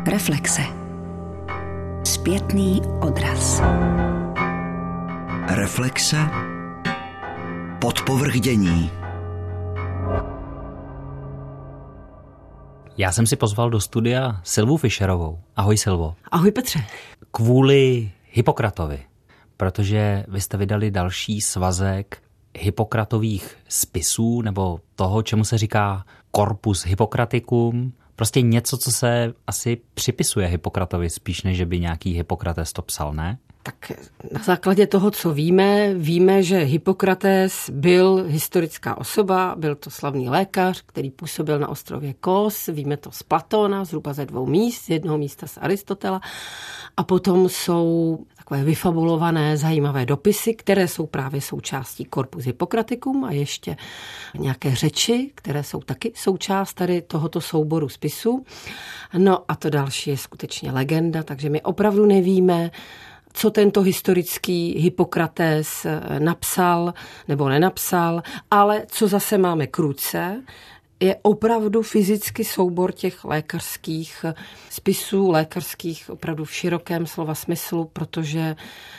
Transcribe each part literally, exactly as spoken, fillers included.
Reflexe. Zpětný odraz. Reflexe. Podpovrchdění. Já jsem si pozval do studia Silvu Fischerovou. Ahoj, Silvo. Ahoj, Petře. Kvůli Hippokratovi, protože vy jste vydali další svazek Hippokratových spisů, nebo toho, čemu se říká Corpus Hippokraticum. Prostě něco, co se asi připisuje Hippokratovi, spíš než by nějaký Hippokrates to psal, ne? Tak na základě toho, co víme, víme, že Hippokrates byl historická osoba, byl to slavný lékař, který působil na ostrově Kos, víme to z Platóna, zhruba ze dvou míst, z jednoho místa z Aristotela. A potom jsou takové vyfabulované zajímavé dopisy, které jsou právě součástí Corpus Hippokraticum a ještě nějaké řeči, které jsou taky součást tady tohoto souboru spisů. No a to další je skutečně legenda, takže my opravdu nevíme, co tento historický Hippokrates napsal nebo nenapsal, ale co zase máme k ruce, je opravdu fyzicky soubor těch lékařských spisů, lékařských opravdu v širokém slova smyslu, protože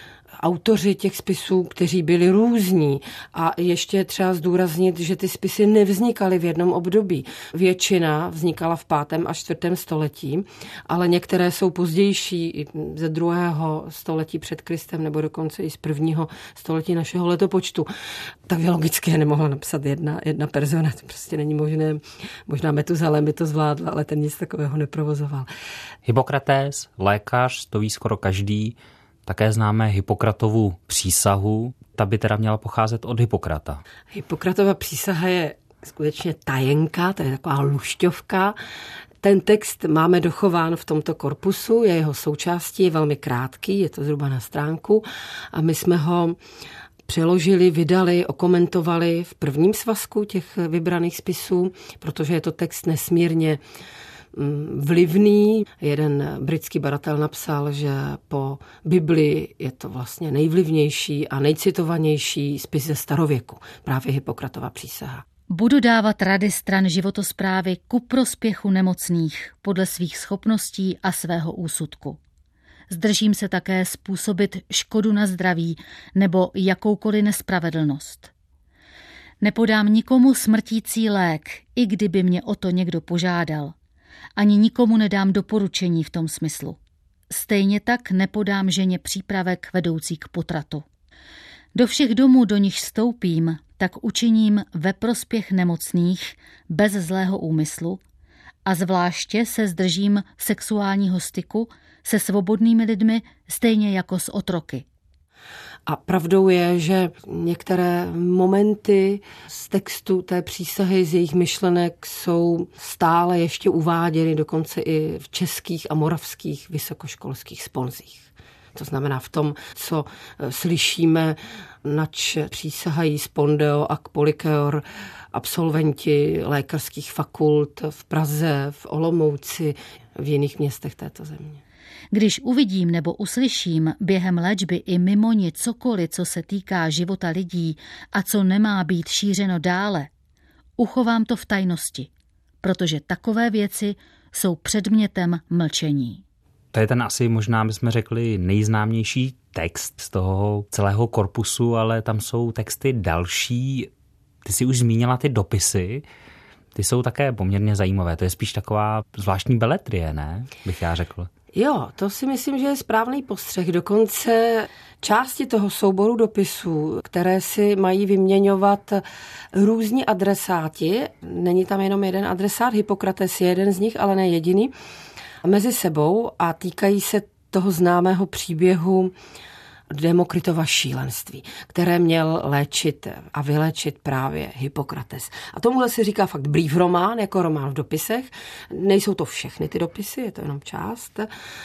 autoři těch spisů, kteří byli různí, a ještě je třeba zdůraznit, že ty spisy nevznikaly v jednom období. Většina vznikala v pátém a čtvrtém století, ale některé jsou pozdější ze druhého století před Kristem nebo dokonce i z prvního století našeho letopočtu. Takže logicky je nemohla napsat jedna, jedna persona, to prostě není možné. Možná Metuzalém by to zvládl, ale ten nic takového neprovozoval. Hippokrates, lékař, to ví skoro každý. Také známe Hippokratovu přísahu, ta by teda měla pocházet od Hippokrata. Hippokratova přísaha je skutečně tajenka, to je taková lušťovka. Ten text máme dochován v tomto korpusu, je jeho součástí, je velmi krátký, je to zhruba na stránku a my jsme ho přeložili, vydali, okomentovali v prvním svazku těch vybraných spisů, protože je to text nesmírně vlivný. Jeden britský badatel napsal, že po Biblii je to vlastně nejvlivnější a nejcitovanější spis ze starověku, právě Hippokratova přísaha. Budu dávat rady stran životosprávy ku prospěchu nemocných podle svých schopností a svého úsudku. Zdržím se také způsobit škodu na zdraví nebo jakoukoliv nespravedlnost. Nepodám nikomu smrtící lék, i kdyby mě o to někdo požádal. Ani nikomu nedám doporučení v tom smyslu. Stejně tak nepodám ženě přípravek vedoucí k potratu. Do všech domů, do nich vstoupím, tak učiním ve prospěch nemocných, bez zlého úmyslu, a zvláště se zdržím sexuálního styku se svobodnými lidmi, stejně jako s otroky. A pravdou je, že některé momenty z textu té přísahy, z jejich myšlenek jsou stále ještě uváděny dokonce i v českých a moravských vysokoškolských sponzích. To znamená v tom, co slyšíme, nač přísahají Spondeo a Polykeor, absolventi lékařských fakult v Praze, v Olomouci, v jiných městech této země. Když uvidím nebo uslyším během léčby i mimo ní cokoliv, co se týká života lidí a co nemá být šířeno dále, uchovám to v tajnosti, protože takové věci jsou předmětem mlčení. To je ten asi možná, bychom řekli, nejznámější text z toho celého korpusu, ale tam jsou texty další. Ty jsi už zmínila ty dopisy, ty jsou také poměrně zajímavé. To je spíš taková zvláštní beletrie, ne? Bych já řekl. Jo, to si myslím, že je správný postřeh. Dokonce části toho souboru dopisů, které si mají vyměňovat různí adresáti, není tam jenom jeden adresát, Hippokrates je jeden z nich, ale ne jediný, mezi sebou a týkají se toho známého příběhu Demokritova šílenství, které měl léčit a vyléčit právě Hippokrates. A tomuhle se říká fakt brief román, jako román v dopisech. Nejsou to všechny ty dopisy, je to jenom část.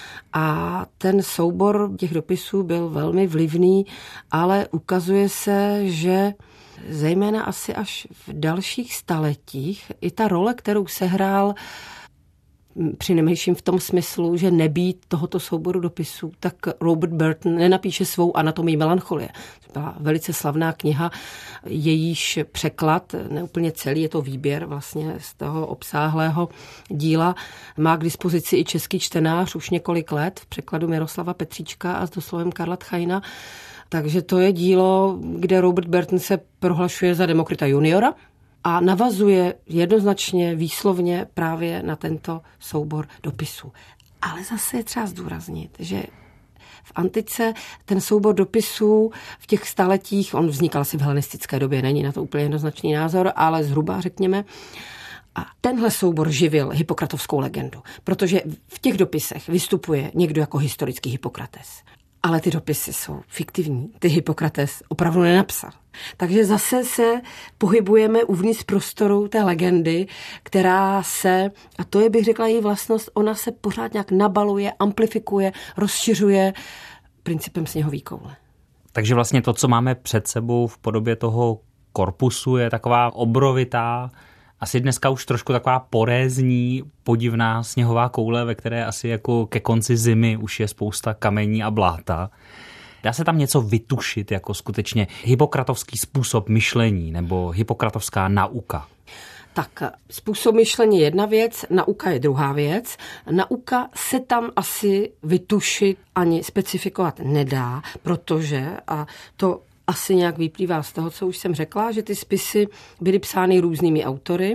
A ten soubor těch dopisů byl velmi vlivný, ale ukazuje se, že zejména asi až v dalších staletích i ta role, kterou sehrál přinejmenším v tom smyslu, že nebýt tohoto souboru dopisů, tak Robert Burton nenapíše svou Anatomii melancholie. To byla velice slavná kniha, jejíž překlad, neúplně celý, je to výběr vlastně z toho obsáhlého díla, má k dispozici i český čtenář už několik let v překladu Miroslava Petříčka a s doslovem Karla Tchajna. Takže to je dílo, kde Robert Burton se prohlašuje za Demokrita juniora a navazuje jednoznačně, výslovně právě na tento soubor dopisů. Ale zase je třeba zdůraznit, že v antice ten soubor dopisů v těch staletích, on vznikal asi v helenistické době, není na to úplně jednoznačný názor, ale zhruba řekněme, a tenhle soubor živil hippokratovskou legendu, protože v těch dopisech vystupuje někdo jako historický Hippokrates. Ale ty dopisy jsou fiktivní. Ty Hippokrates opravdu nenapsal. Takže zase se pohybujeme uvnitř prostoru té legendy, která se, a to je, bych řekla, její vlastnost, ona se pořád nějak nabaluje, amplifikuje, rozšiřuje principem sněhový koule. Takže vlastně to, co máme před sebou v podobě toho korpusu, je taková obrovitá, asi dneska už trošku taková porézní, podivná sněhová koule, ve které asi jako ke konci zimy už je spousta kamení a bláta. Dá se tam něco vytušit jako skutečně hippokratovský způsob myšlení nebo hippokratovská nauka? Tak způsob myšlení je jedna věc, nauka je druhá věc. Nauka se tam asi vytušit ani specifikovat nedá, protože, a to asi nějak vyplývá z toho, co už jsem řekla, že ty spisy byly psány různými autory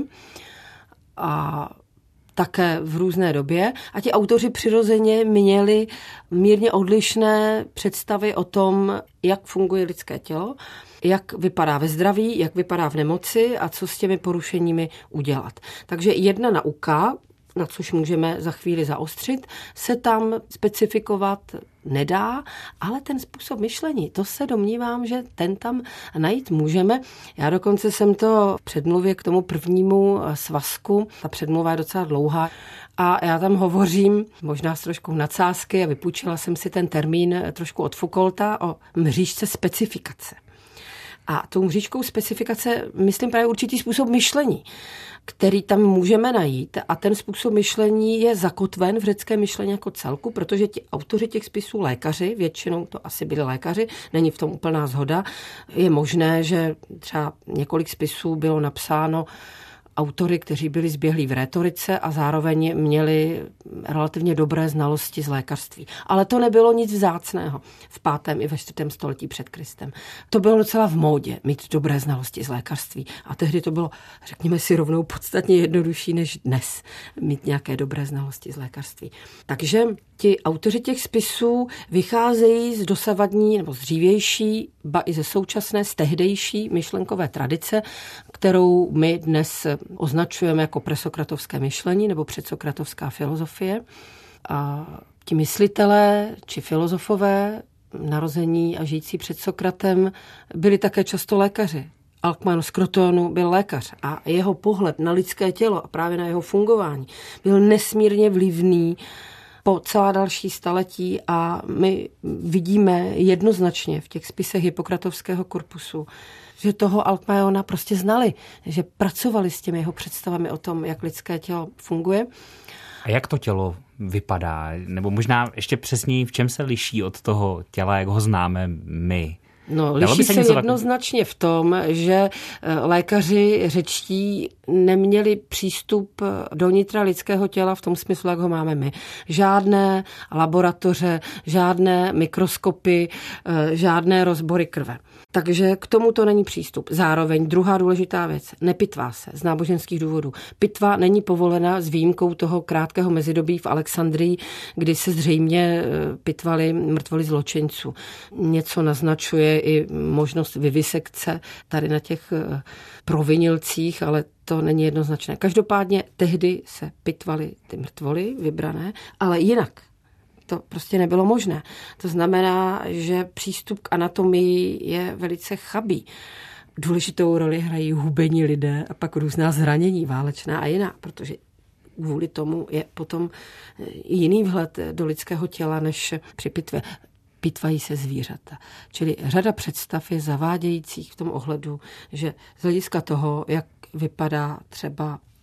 a také v různé době. A ti autoři přirozeně měli mírně odlišné představy o tom, jak funguje lidské tělo, jak vypadá ve zdraví, jak vypadá v nemoci a co s těmi porušeními udělat. Takže jedna nauka, na což můžeme za chvíli zaostřit, se tam specifikovat nedá, ale ten způsob myšlení, to se domnívám, že ten tam najít můžeme. Já dokonce jsem to v předmluvě k tomu prvnímu svazku, ta předmluva je docela dlouhá, a já tam hovořím možná s trošku nadsázky a vypůjčila jsem si ten termín trošku od Foucaulta o mřížce specifikace. A tou mřížkou specifikace myslím právě určitý způsob myšlení, který tam můžeme najít, a ten způsob myšlení je zakotven v řeckém myšlení jako celku, protože ti autoři těch spisů lékaři, většinou to asi byli lékaři, není v tom úplná shoda. Je možné, že třeba několik spisů bylo napsáno autory, kteří byli zběhlí v rétorice a zároveň měli relativně dobré znalosti z lékařství. Ale to nebylo nic vzácného v pátém i ve čtvrtém století před Kristem. To bylo docela v módě mít dobré znalosti z lékařství. A tehdy to bylo, řekněme si rovnou, podstatně jednodušší než dnes mít nějaké dobré znalosti z lékařství. Takže ti autoři těch spisů vycházejí z dosavadní nebo z dřívější, ba i ze současné, z tehdejší myšlenkové tradice, kterou my dnes označujeme jako presokratovské myšlení nebo předsokratovská filozofie. A ti myslitelé či filozofové narození a žijící před Sokratem byli také často lékaři. Alkmaeon z Crotonu byl lékař a jeho pohled na lidské tělo a právě na jeho fungování byl nesmírně vlivný po celá další staletí a my vidíme jednoznačně v těch spisech Hippokratovského korpusu, že toho Alkmaeona prostě znali, že pracovali s těmi jeho představami o tom, jak lidské tělo funguje. A jak to tělo vypadá? Nebo možná ještě přesněji, v čem se liší od toho těla, jak ho známe my? No, liší se, se jednoznačně v tom, že lékaři řečtí neměli přístup do nitra lidského těla v tom smyslu, jak ho máme my. Žádné laboratoře, žádné mikroskopy, žádné rozbory krve. Takže k tomu to není přístup. Zároveň druhá důležitá věc, nepitvá se z náboženských důvodů. Pitva není povolena s výjimkou toho krátkého mezidobí v Alexandrii, kdy se zřejmě pitvali mrtvoly zločinců. Něco naznačuje i možnost vivisekce tady na těch provinilcích, ale to není jednoznačné. Každopádně tehdy se pitvali ty mrtvoly vybrané, ale jinak to prostě nebylo možné. To znamená, že přístup k anatomii je velice chabý. Důležitou roli hrají hubení lidé a pak různá zranění, válečná a jiná, protože kvůli tomu je potom jiný vhled do lidského těla než při pitvě. Pitvají se zvířata. Čili řada představ je zavádějících v tom ohledu, že z hlediska toho, jak vypadá třeba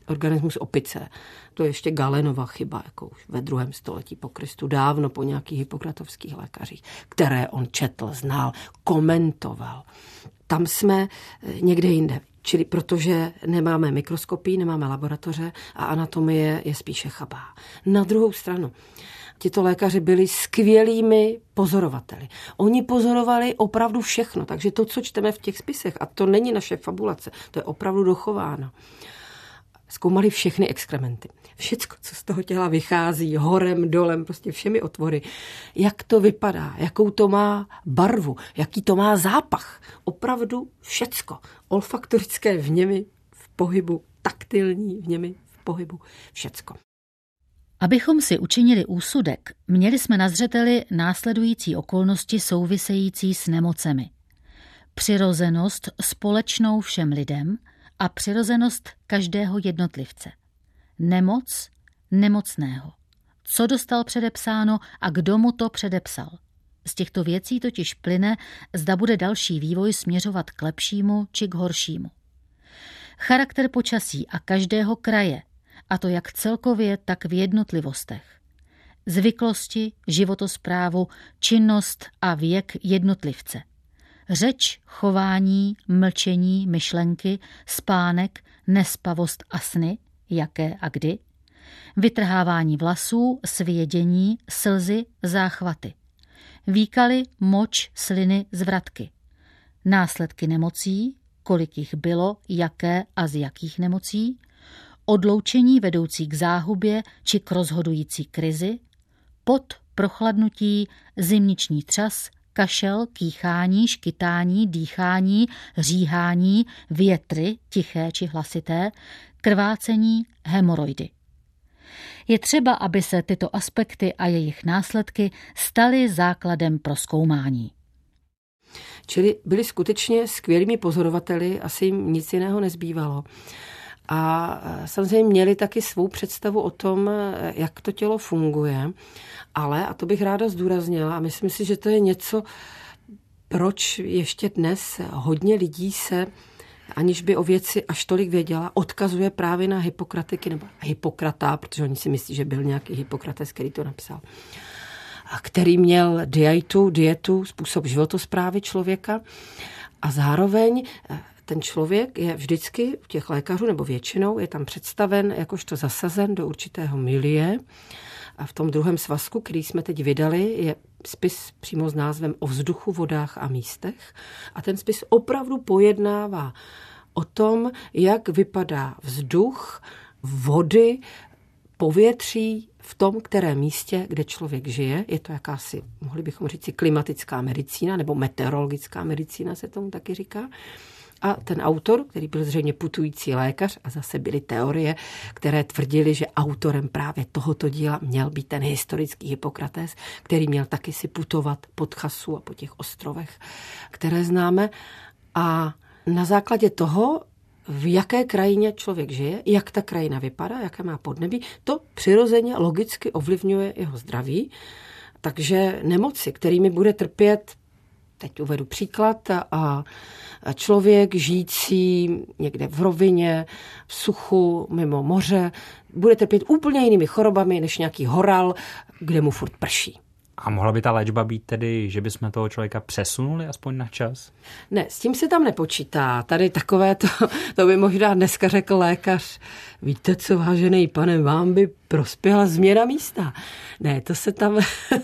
organismus opice. To je ještě Galenova chyba, jako už ve druhém století po Kristu, dávno po nějakých hippokratovských lékařích, které on četl, znal, komentoval. Tam jsme někde jinde. Čili protože nemáme mikroskopii, nemáme laboratoře a anatomie je spíše chabá. Na druhou stranu, tito lékaři byli skvělými pozorovateli. Oni pozorovali opravdu všechno, takže to, co čteme v těch spisech, a to není naše fabulace, to je opravdu dochováno. Zkoumali všechny exkrementy. Všecko, co z toho těla vychází, horem, dolem, prostě všemi otvory. Jak to vypadá, jakou to má barvu, jaký to má zápach. Opravdu všecko. Olfaktorické vněmy v pohybu, taktilní vněmy v pohybu, všecko. Abychom si učinili úsudek, měli jsme na zřeteli následující okolnosti související s nemocemi. Přirozenost společnou všem lidem a přirozenost každého jednotlivce. Nemoc nemocného. Co dostal předepsáno a kdo mu to předepsal. Z těchto věcí totiž plyne, zda bude další vývoj směřovat k lepšímu či k horšímu. Charakter počasí a každého kraje, a to jak celkově, tak v jednotlivostech. Zvyklosti, životosprávu, činnost a věk jednotlivce. Řeč, chování, mlčení, myšlenky, spánek, nespavost a sny, jaké a kdy, vytrhávání vlasů, svědění, slzy, záchvaty, výkaly, moč, sliny, zvratky, následky nemocí, kolik jich bylo, jaké a z jakých nemocí, odloučení vedoucí k záhubě či k rozhodující krizi, pot, prochladnutí, zimniční třas, kašel, kýchání, škytání, dýchání, říhání, větry, tiché či hlasité, krvácení, hemoroidy. Je třeba, aby se tyto aspekty a jejich následky staly základem pro zkoumání. Čili byli skutečně skvělými pozorovateli, asi jim nic jiného nezbývalo. A samozřejmě měli taky svou představu o tom, jak to tělo funguje, ale, a to bych ráda zdůraznila, a myslím si, že to je něco, proč ještě dnes hodně lidí se, aniž by o věci až tolik věděla, odkazuje právě na Hippokratiky nebo Hippokrata, protože oni si myslí, že byl nějaký Hippokrates, který to napsal, a který měl dietu, dietu, způsob životosprávy člověka a zároveň ten člověk je vždycky u těch lékařů, nebo většinou je tam představen jakožto zasazen do určitého milie. A v tom druhém svazku, který jsme teď vydali, je spis přímo s názvem O vzduchu, vodách a místech. A ten spis opravdu pojednává o tom, jak vypadá vzduch, vody, povětří v tom, kterém místě, kde člověk žije. Je to jakási, mohli bychom říct, klimatická medicína, nebo meteorologická medicína se tomu taky říká. A ten autor, který byl zřejmě putující lékař, a zase byly teorie, které tvrdili, že autorem právě tohoto díla měl být ten historický Hippokrates, který měl taky si putovat po Tchasu a po těch ostrovech, které známe. A na základě toho, v jaké krajině člověk žije, jak ta krajina vypadá, jaké má podnebí, to přirozeně logicky ovlivňuje jeho zdraví. Takže nemoci, kterými bude trpět, teď uvedu příklad, a člověk žijící někde v rovině, v suchu, mimo moře, bude trpět úplně jinými chorobami než nějaký horal, kde mu furt prší. A mohla by ta léčba být tedy, že bychom toho člověka přesunuli aspoň na čas? Ne, s tím se tam nepočítá. Tady takové to, to by možná dneska řekl lékař. Víte co, vážený pane, vám by prospěla změna místa. Ne, to se tam,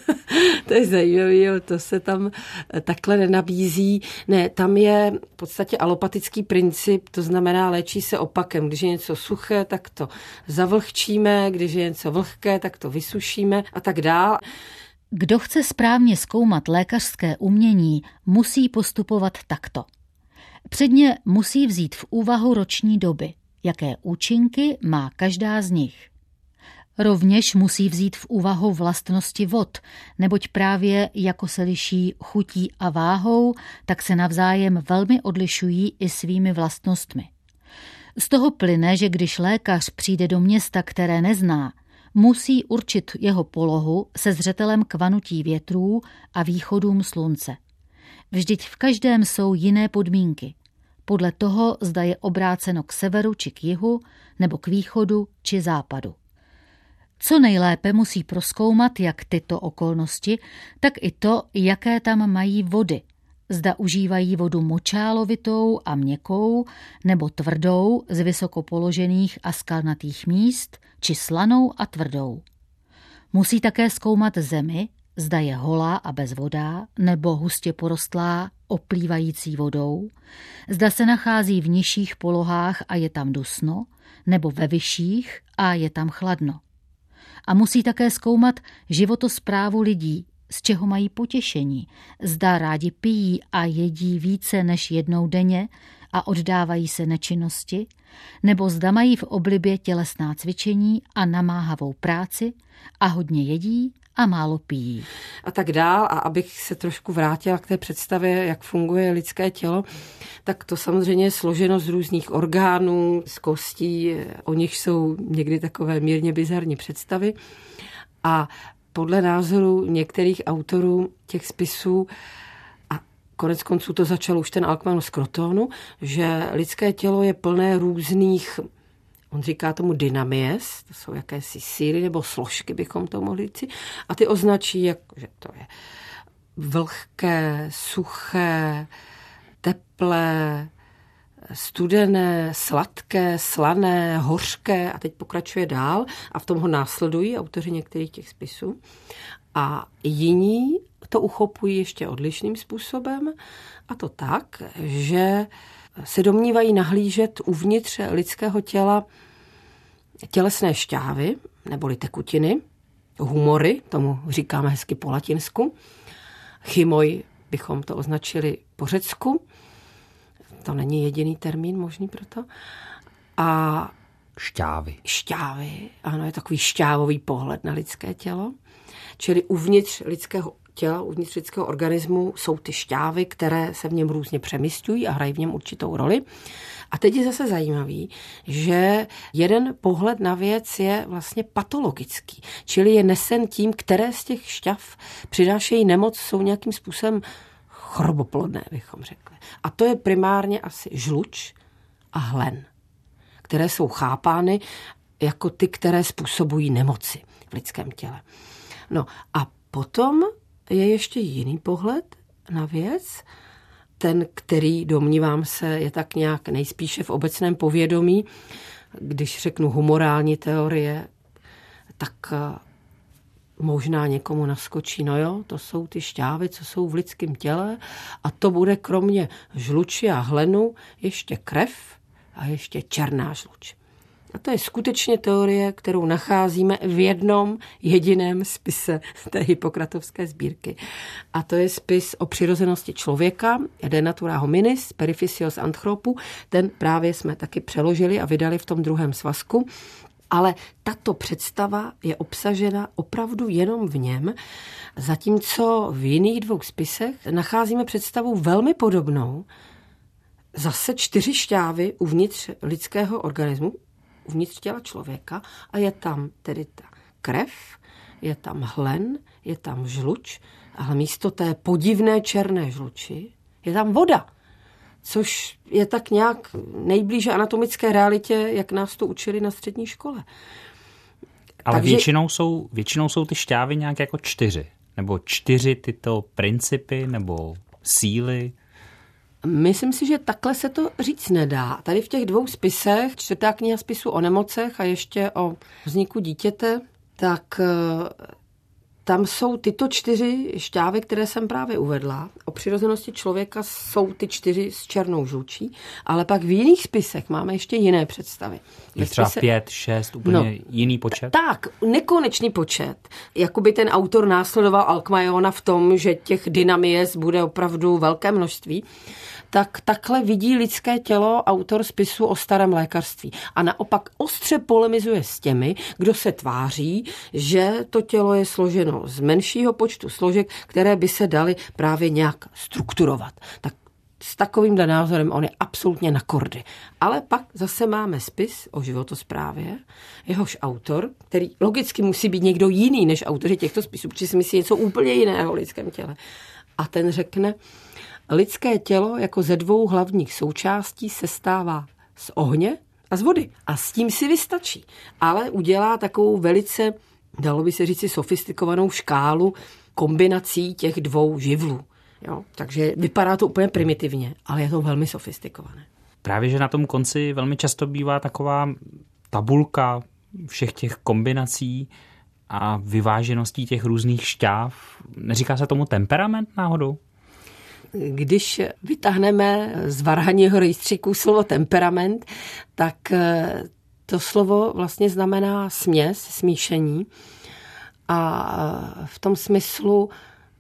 to je zajímavé, to se tam takhle nenabízí. Ne, tam je v podstatě alopatický princip, to znamená léčí se opakem. Když je něco suché, tak to zavlhčíme, když je něco vlhké, tak to vysušíme a tak dál. Kdo chce správně zkoumat lékařské umění, musí postupovat takto. Předně musí vzít v úvahu roční doby, jaké účinky má každá z nich. Rovněž musí vzít v úvahu vlastnosti vod, neboť právě jako se liší chutí a váhou, tak se navzájem velmi odlišují i svými vlastnostmi. Z toho plyne, že když lékař přijde do města, které nezná, musí určit jeho polohu se zřetelem k vanutí větrů a východům slunce. Vždyť v každém jsou jiné podmínky. podle toho, zda je obráceno k severu či k jihu, nebo k východu či západu. Co nejlépe musí prozkoumat jak tyto okolnosti, tak i to, jaké tam mají vody. Zda užívají vodu močálovitou a měkkou, nebo tvrdou z vysoko položených a skalnatých míst, či slanou a tvrdou. Musí také zkoumat zemi, zda je holá a bezvodá, nebo hustě porostlá, oplývající vodou, zda se nachází v nižších polohách a je tam dusno, nebo ve vyšších a je tam chladno. A musí také zkoumat životosprávu lidí, z čeho mají potěšení, zda rádi pijí a jedí více než jednou denně a oddávají se nečinnosti, nebo zda mají v oblibě tělesná cvičení a namáhavou práci a hodně jedí a málo pijí. A tak dál. A abych se trošku vrátila k té představě, jak funguje lidské tělo, tak to samozřejmě je složeno z různých orgánů, z kostí, o nich jsou někdy takové mírně bizarní představy. A podle názoru některých autorů těch spisů, a konec konců to začal už ten Alkmaeon z Crotonu, že lidské tělo je plné různých, on říká tomu dynamies, to jsou jakési síly nebo složky, bychom to mohli říci, a ty označí, jak, že to je vlhké, suché, teplé, studené, sladké, slané, hořké a teď pokračuje dál a v tom ho následují autoři některých těch spisů. A jiní to uchopují ještě odlišným způsobem a to tak, že se domnívají nahlížet uvnitř lidského těla tělesné šťávy neboli tekutiny, humory, tomu říkáme hezky po latinsku, chymoj bychom to označili po řecku, to není jediný termín možný pro to. A šťávy. Šťávy, ano, je takový šťávový pohled na lidské tělo. Čili uvnitř lidského těla, uvnitř lidského organismu jsou ty šťávy, které se v něm různě přemysťují a hrají v něm určitou roli. A teď je zase zajímavý, že jeden pohled na věc je vlastně patologický, čili je nesen tím, které z těch šťav přinášejí nemoc, jsou nějakým způsobem choroboplodné, bychom řekli. A to je primárně asi žluč a hlen, které jsou chápány jako ty, které způsobují nemoci v lidském těle. No a potom je ještě jiný pohled na věc, ten, který, domnívám se, je tak nějak nejspíše v obecném povědomí. Když řeknu humorální teorie, tak možná někomu naskočí, no jo, to jsou ty šťávy, co jsou v lidském těle a to bude kromě žluči a hlenu ještě krev a ještě černá žluč. A to je skutečně teorie, kterou nacházíme v jednom jediném spise té Hippokratovské sbírky. A to je spis o přirozenosti člověka, De natura hominis, Periphysios anthropu. Ten právě jsme taky přeložili a vydali v tom druhém svazku. Ale tato představa je obsažena opravdu jenom v něm, zatímco v jiných dvou spisech nacházíme představu velmi podobnou. Zase čtyři šťávy uvnitř lidského organismu, uvnitř těla člověka a je tam tedy ta krev, je tam hlen, je tam žluč, ale místo té podivné černé žluči je tam voda, což je tak nějak nejblíže anatomické realitě, jak nás to učili na střední škole. Ale Takže většinou jsou, většinou jsou ty šťávy nějak jako čtyři, nebo čtyři tyto principy, nebo síly. Myslím si, že takhle se to říct nedá. Tady v těch dvou spisech, čtvrtá kniha spisu o nemocech a ještě o vzniku dítěte, tak tam jsou tyto čtyři šťávy, které jsem právě uvedla. O přirozenosti člověka jsou ty čtyři s černou žlučí, ale pak v jiných spisech máme ještě jiné představy. Je třeba spise... pět, šest, úplně no, jiný počet? Tak, nekonečný počet. Jakoby ten autor následoval Alkmaeona v tom, že těch dynamies bude opravdu velké množství. Tak takhle vidí lidské tělo autor spisu o starém lékařství. A naopak ostře polemizuje s těmi, kdo se tváří, že to tělo je složeno z menšího počtu složek, které by se daly právě nějak strukturovat. Tak s takovýmhle názorem on je absolutně na kordy. Ale pak zase máme spis o životosprávě, jehož autor, který logicky musí být někdo jiný než autoři těchto spisů, protože si myslí něco úplně jiného o lidském těle. A ten řekne, lidské tělo jako ze dvou hlavních součástí sestává z ohně a z vody. A s tím si vystačí. Ale udělá takovou velice, dalo by se říci, sofistikovanou škálu kombinací těch dvou živlů. Jo? Takže vypadá to úplně primitivně, ale je to velmi sofistikované. Právě, že na tom konci velmi často bývá taková tabulka všech těch kombinací a vyvážeností těch různých šťáv. Neříká se tomu temperament náhodou? Když vytáhneme z varhaního rejstříku slovo temperament, tak to slovo vlastně znamená směs, smíšení. A v tom smyslu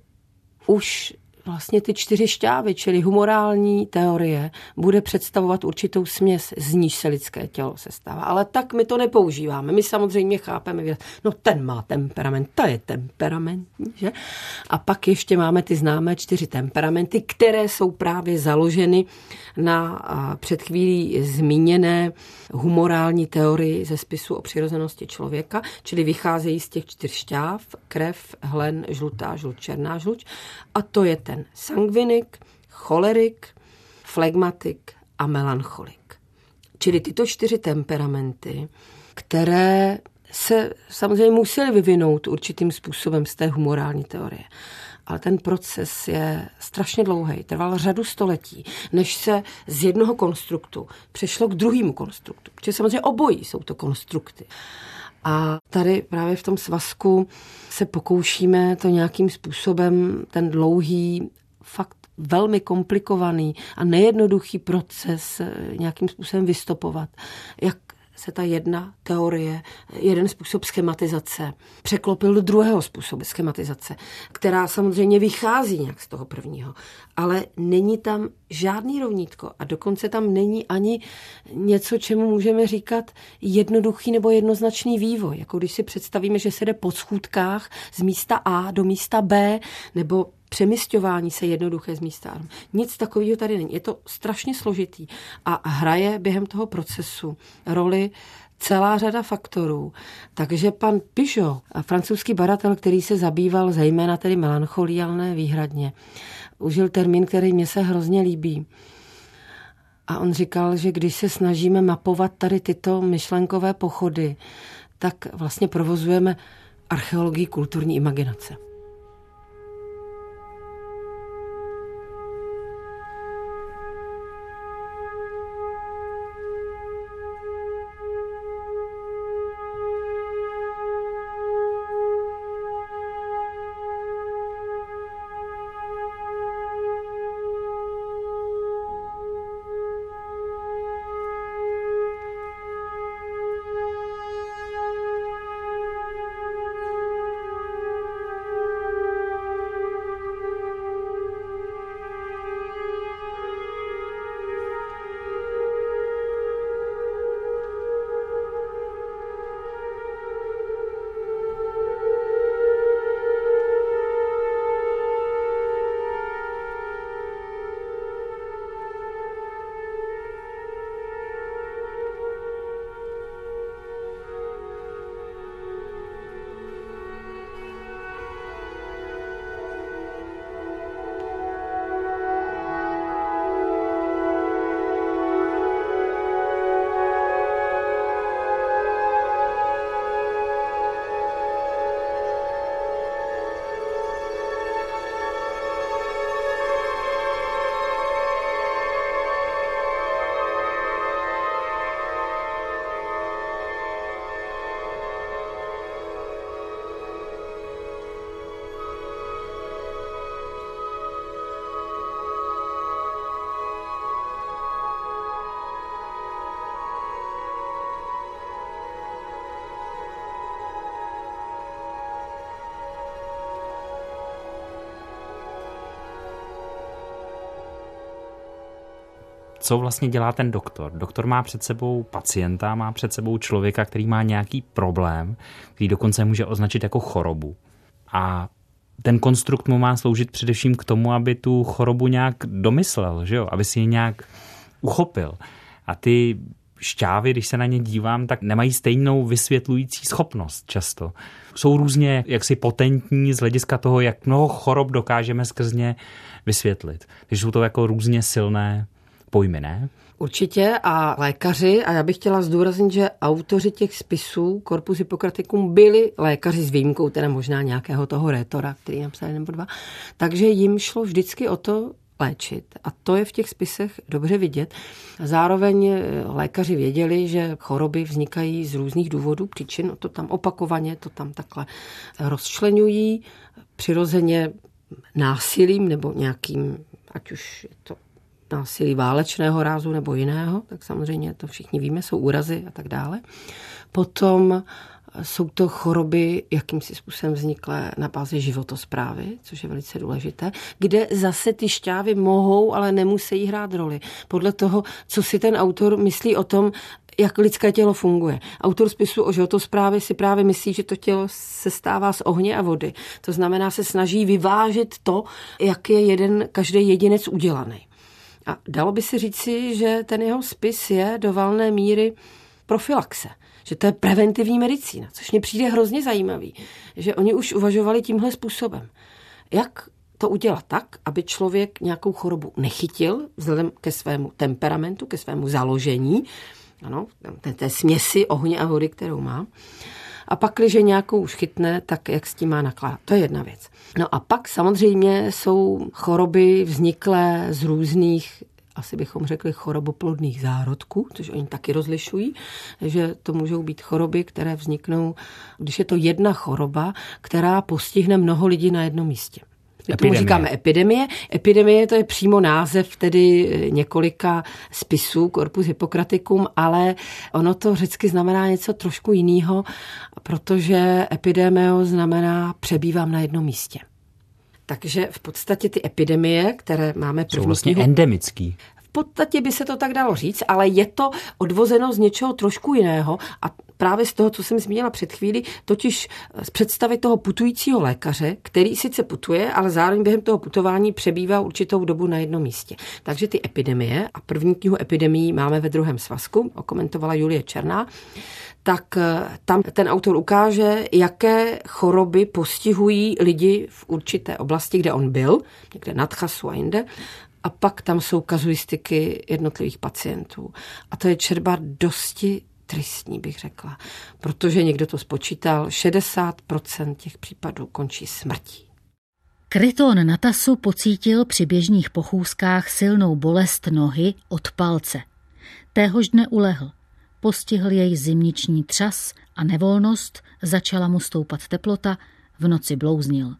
už vlastně ty čtyři šťávy, čili humorální teorie, bude představovat určitou směs, z níž se lidské tělo sestává. Ale tak my to nepoužíváme. My samozřejmě chápeme, no ten má temperament, ta je temperamentní, že? A pak ještě máme ty známé čtyři temperamenty, které jsou právě založeny na před chvílí zmíněné humorální teorii ze spisu o přirozenosti člověka, čili vycházejí z těch čtyř šťáv, krev, hlen, žlutá žluč, černá žluč. A to je ten sangvinik, cholerik, flegmatik a melancholik. Čili tyto čtyři temperamenty, které se samozřejmě musely vyvinout určitým způsobem z té humorální teorie. Ale ten proces je strašně dlouhý, trval řadu století, než se z jednoho konstruktu přešlo k druhému konstruktu. Protože samozřejmě obojí jsou to konstrukty. A tady právě v tom svazku se pokoušíme to nějakým způsobem, ten dlouhý, fakt velmi komplikovaný a nejednoduchý proces nějakým způsobem vystopovat. Jak se ta jedna teorie, jeden způsob schematizace překlopil do druhého způsobu schematizace, která samozřejmě vychází nějak z toho prvního, ale není tam žádný rovnítko a dokonce tam není ani něco, čemu můžeme říkat jednoduchý nebo jednoznačný vývoj. Jako když si představíme, že se jde po schůdkách z místa A do místa B, nebo přemysťování se jednoduché z místa A. Nic takového tady není. Je to strašně složitý a hraje během toho procesu roli celá řada faktorů. Takže pan Pigeot, francouzský badatel, který se zabýval zejména tedy melancholií, ale ne výhradně, užil termín, který mně se hrozně líbí. A on říkal, že když se snažíme mapovat tady tyto myšlenkové pochody, tak vlastně provozujeme archeologii kulturní imaginace. Co vlastně dělá ten doktor? Doktor má před sebou pacienta, má před sebou člověka, který má nějaký problém, který dokonce může označit jako chorobu. A ten konstrukt mu má sloužit především k tomu, aby tu chorobu nějak domyslel, že jo? Aby si ji nějak uchopil. A ty šťávy, když se na ně dívám, tak nemají stejnou vysvětlující schopnost často. Jsou různě jaksi potentní z hlediska toho, jak mnoho chorob dokážeme skrz ně vysvětlit. Takže jsou to jako různě silné pojmy, ne? Určitě a lékaři, a já bych chtěla zdůraznit, že autoři těch spisů Corpus Hippocraticum byli lékaři s výjimkou teda možná nějakého toho rétora, který napsal nebo dva, takže jim šlo vždycky o to léčit. A to je v těch spisech dobře vidět. Zároveň lékaři věděli, že choroby vznikají z různých důvodů, příčin, to tam opakovaně, to tam takhle rozčleňují, přirozeně násilím nebo nějakým, ať už je to násilí válečného rázu nebo jiného, tak samozřejmě to všichni víme, jsou úrazy a tak dále. Potom jsou to choroby jakýmsi způsobem vzniklé na bázi životosprávy, což je velice důležité, kde zase ty šťávy mohou, ale nemusí hrát roli. Podle toho, co si ten autor myslí o tom, jak lidské tělo funguje. Autor spisu o životosprávě si právě myslí, že to tělo se stává z ohně a vody. To znamená, se snaží vyvážit to, jak je jeden, každý jedinec udělaný. A dalo by se říci, že ten jeho spis je do valné míry profylaxe. Že to je preventivní medicína, což mě přijde hrozně zajímavý. Že oni už uvažovali tímhle způsobem. Jak to udělat tak, aby člověk nějakou chorobu nechytil vzhledem ke svému temperamentu, ke svému založení, ano, té, té směsi ohně a vody, kterou má. A pak, když nějakou už chytne, tak jak s tím má nakládat. To je jedna věc. No a pak samozřejmě jsou choroby vzniklé z různých, asi bychom řekli, choroboplodných zárodků, což oni taky rozlišují, že to můžou být choroby, které vzniknou, když je to jedna choroba, která postihne mnoho lidí na jednom místě. Tomu říkáme epidemie. Epidemie to je přímo název tedy několika spisů Corpus Hippocraticum, ale ono to řecky znamená něco trošku jiného, protože epidemio znamená přebývám na jednom místě. Takže v podstatě ty epidemie, které máme první... Jsou vlastně endemický. V podstatě by se to tak dalo říct, ale je to odvozeno z něčeho trošku jiného a právě z toho, co jsem zmínila před chvíli, totiž z představy toho putujícího lékaře, který sice putuje, ale zároveň během toho putování přebývá určitou dobu na jednom místě. Takže ty epidemie, a první knihu epidemií máme ve druhém svazku, okomentovala Julie Černá, tak tam ten autor ukáže, jaké choroby postihují lidi v určité oblasti, kde on byl, někde nad Chasu a jinde, a pak tam jsou kazuistiky jednotlivých pacientů. A to je čerba dosti tristní, bych řekla, protože někdo to spočítal, šedesát procent těch případů končí smrtí. Kryton Natasu pocítil při běžných pochůzkách silnou bolest nohy od palce. Téhož dne ulehl. Postihl jej zimniční třas a nevolnost, začala mu stoupat teplota, v noci blouznil.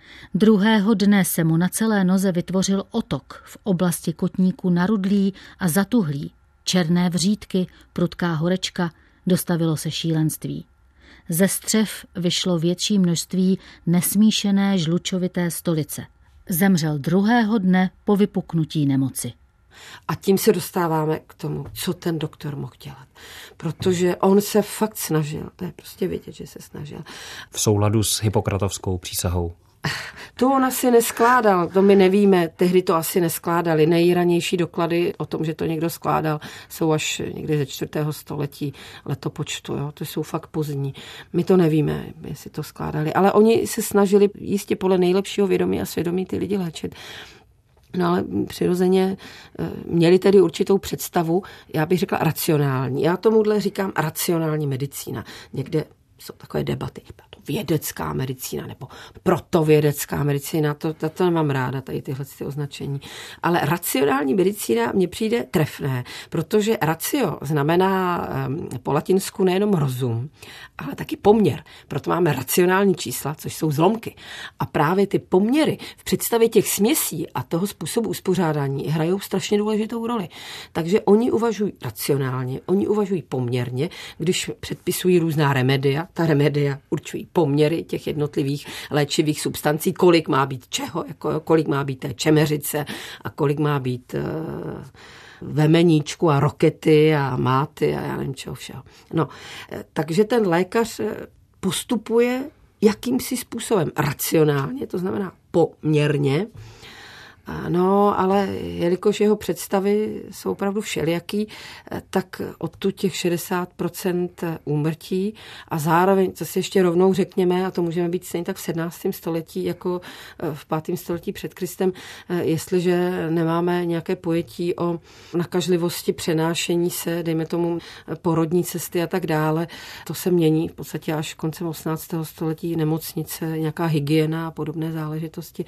Druhého dne se mu na celé noze vytvořil otok v oblasti kotníku narudlý a zatuhlý, černé vřídky, prudká horečka, dostavilo se šílenství. Ze střev vyšlo větší množství nesmíšené žlučovité stolice. Zemřel druhého dne po vypuknutí nemoci. A tím se dostáváme k tomu, co ten doktor mohl dělat. Protože on se fakt snažil, to je prostě vidět, že se snažil. V souladu s Hippokratovskou přísahou. To on asi neskládal, to my nevíme, tehdy to asi neskládali. Nejranější doklady o tom, že to někdo skládal, jsou až někdy ze čtvrtého století letopočtu, jo? To jsou fakt pozdní. My to nevíme, jestli to skládali, ale oni se snažili jistě podle nejlepšího vědomí a svědomí ty lidi léčit. No ale přirozeně měli tedy určitou představu, já bych řekla racionální. Já tomuhle říkám racionální medicína. Někde jsou takové debaty, to vědecká medicína nebo protovědecká medicína, to, to, to nemám ráda, tady tyhle ty označení. Ale racionální medicína mně přijde trefné, protože ratio znamená um, po latinsku nejenom rozum, ale taky poměr. Proto máme racionální čísla, což jsou zlomky. A právě ty poměry v představě těch směsí a toho způsobu uspořádání hrajou strašně důležitou roli. Takže oni uvažují racionálně, oni uvažují poměrně, když předpisují různá remedia, ta remedia určují poměry těch jednotlivých léčivých substancí, kolik má být čeho, jako, kolik má být té čemeřice a kolik má být uh, vemeníčku a rokety a máty a já nevím čeho všeho. No, takže ten lékař postupuje jakýmsi způsobem racionálně, to znamená poměrně, No, ale jelikož jeho představy jsou opravdu všelijaký, tak odtud těch šedesát procent úmrtí a zároveň, co si ještě rovnou řekněme, a to můžeme být stejně tak v sedmnáctém století jako v pátém století před Kristem, jestliže nemáme nějaké pojetí o nakažlivosti přenášení se, dejme tomu porodní cesty a tak dále, to se mění v podstatě až koncem osmnáctého století, nemocnice, nějaká hygiena a podobné záležitosti.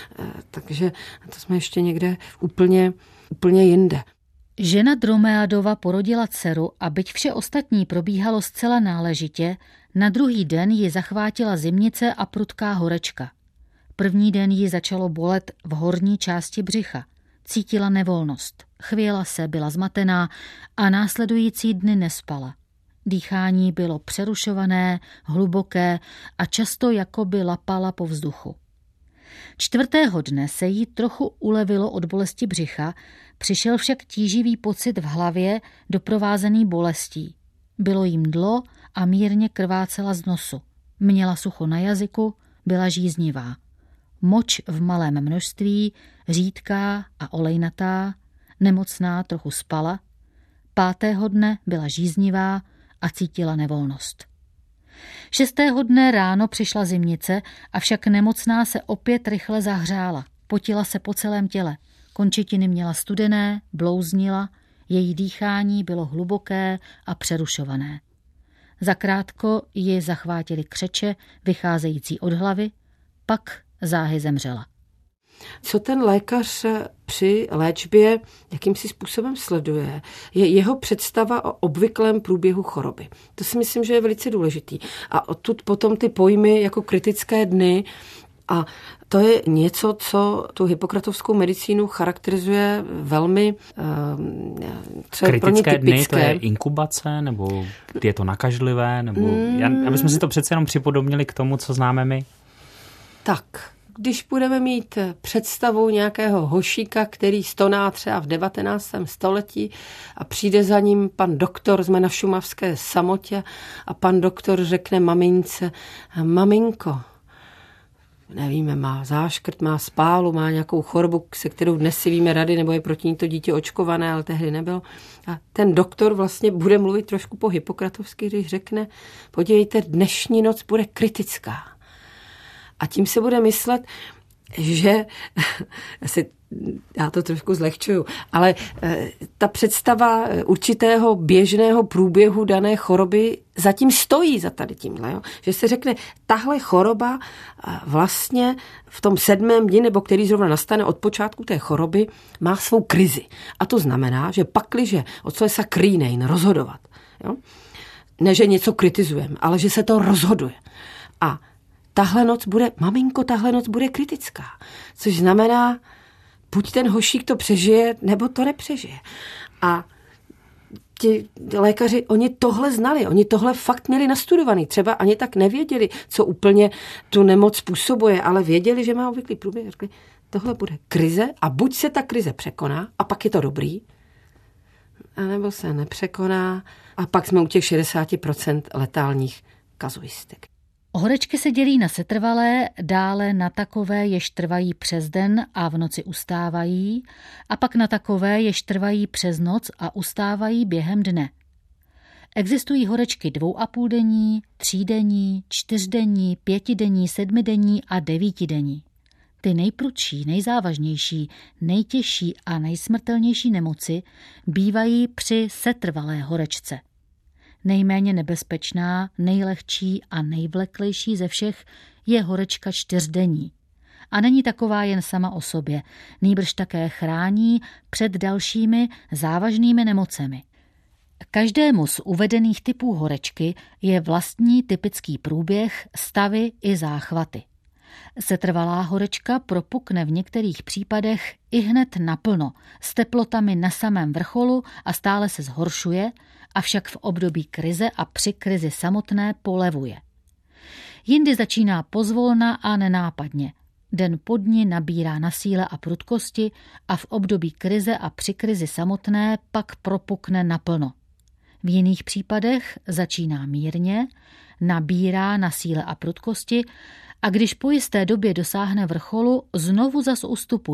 Takže to jsme ještě někde úplně, úplně jinde. Žena Dromeadova porodila dceru a byť vše ostatní probíhalo zcela náležitě, na druhý den ji zachvátila zimnice a prudká horečka. První den ji začalo bolet v horní části břicha. Cítila nevolnost, chvěla se, byla zmatená a následující dny nespala. Dýchání bylo přerušované, hluboké a často jakoby lapala po vzduchu. Čtvrtého dne se jí trochu ulevilo od bolesti břicha, přišel však tíživý pocit v hlavě doprovázený bolestí. Bylo jí mdlo a mírně krvácela z nosu. Měla sucho na jazyku, byla žíznivá. Moč v malém množství, řídká a olejnatá, nemocná trochu spala. Pátého dne byla žíznivá a cítila nevolnost. Šestého dne ráno přišla zimnice, avšak nemocná se opět rychle zahřála. Potila se po celém těle. Končetiny měla studené, blouznila, její dýchání bylo hluboké a přerušované. Zakrátko ji zachvátily křeče, vycházející od hlavy, pak záhy zemřela. Co ten lékař při léčbě jakýmsi způsobem sleduje, je jeho představa o obvyklém průběhu choroby. To si myslím, že je velice důležitý. A odtud potom ty pojmy jako kritické dny, a to je něco, co tu hippokratovskou medicínu charakterizuje velmi, co je pro ně typické. Dny, to je inkubace, nebo je to nakažlivé, nebo mm. aby jsme si to přece jenom připodobnili k tomu, co známe my? Tak, když budeme mít představu nějakého hošíka, který stoná třeba v devatenáctém století a přijde za ním pan doktor, jsme na šumavské samotě a pan doktor řekne mamince, maminko, nevíme, má záškrt, má spálu, má nějakou chorobu, se kterou dnes si víme rady, nebo je proti ní to dítě očkované, ale tehdy nebylo. A ten doktor vlastně bude mluvit trošku po hippokratovsky, když řekne, podívejte, dnešní noc bude kritická. A tím se bude myslet, že asi, já to trošku zlehčuju, ale ta představa určitého běžného průběhu dané choroby zatím stojí za tady tímhle. Jo? Že se řekne, tahle choroba vlastně v tom sedmém dni, nebo který zrovna nastane od počátku té choroby, má svou krizi. A to znamená, že pakliže od co je sa krínejn, rozhodovat. Jo? Ne, že něco kritizujeme, ale že se to rozhoduje. A tahle noc bude, maminko, tahle noc bude kritická. Což znamená, buď ten hošík to přežije, nebo to nepřežije. A ti lékaři, oni tohle znali, oni tohle fakt měli nastudovaný. Třeba ani tak nevěděli, co úplně tu nemoc způsobuje, ale věděli, že má obvyklý průběh. Řekli, tohle bude krize a buď se ta krize překoná a pak je to dobrý, anebo se nepřekoná a pak jsme u těch šedesát procent letálních kazuistik. Horečky se dělí na setrvalé, dále na takové, jež trvají přes den a v noci ustávají, a pak na takové, jež trvají přes noc a ustávají během dne. Existují horečky dvou a půl denní, třídenní, čtyřdenní, pětidenní, sedmidenní a devítidenní. Ty nejprudší, nejzávažnější, nejtěžší a nejsmrtelnější nemoci bývají při setrvalé horečce. Nejméně nebezpečná, nejlehčí a nejvleklejší ze všech je horečka čtyřdenní. A není taková jen sama o sobě, nýbrž také chrání před dalšími závažnými nemocemi. Každému z uvedených typů horečky je vlastní typický průběh, stavy i záchvaty. Setrvalá horečka propukne v některých případech i hned naplno, s teplotami na samém vrcholu a stále se zhoršuje, avšak v období krize a při krizi samotné polevuje. Jindy začíná pozvolna a nenápadně. Den po dni nabírá na síle a prudkosti a v období krize a při krizi samotné pak propukne naplno. V jiných případech začíná mírně, nabírá na síle a prudkosti a když po jisté době dosáhne vrcholu, znovu zas ustupuje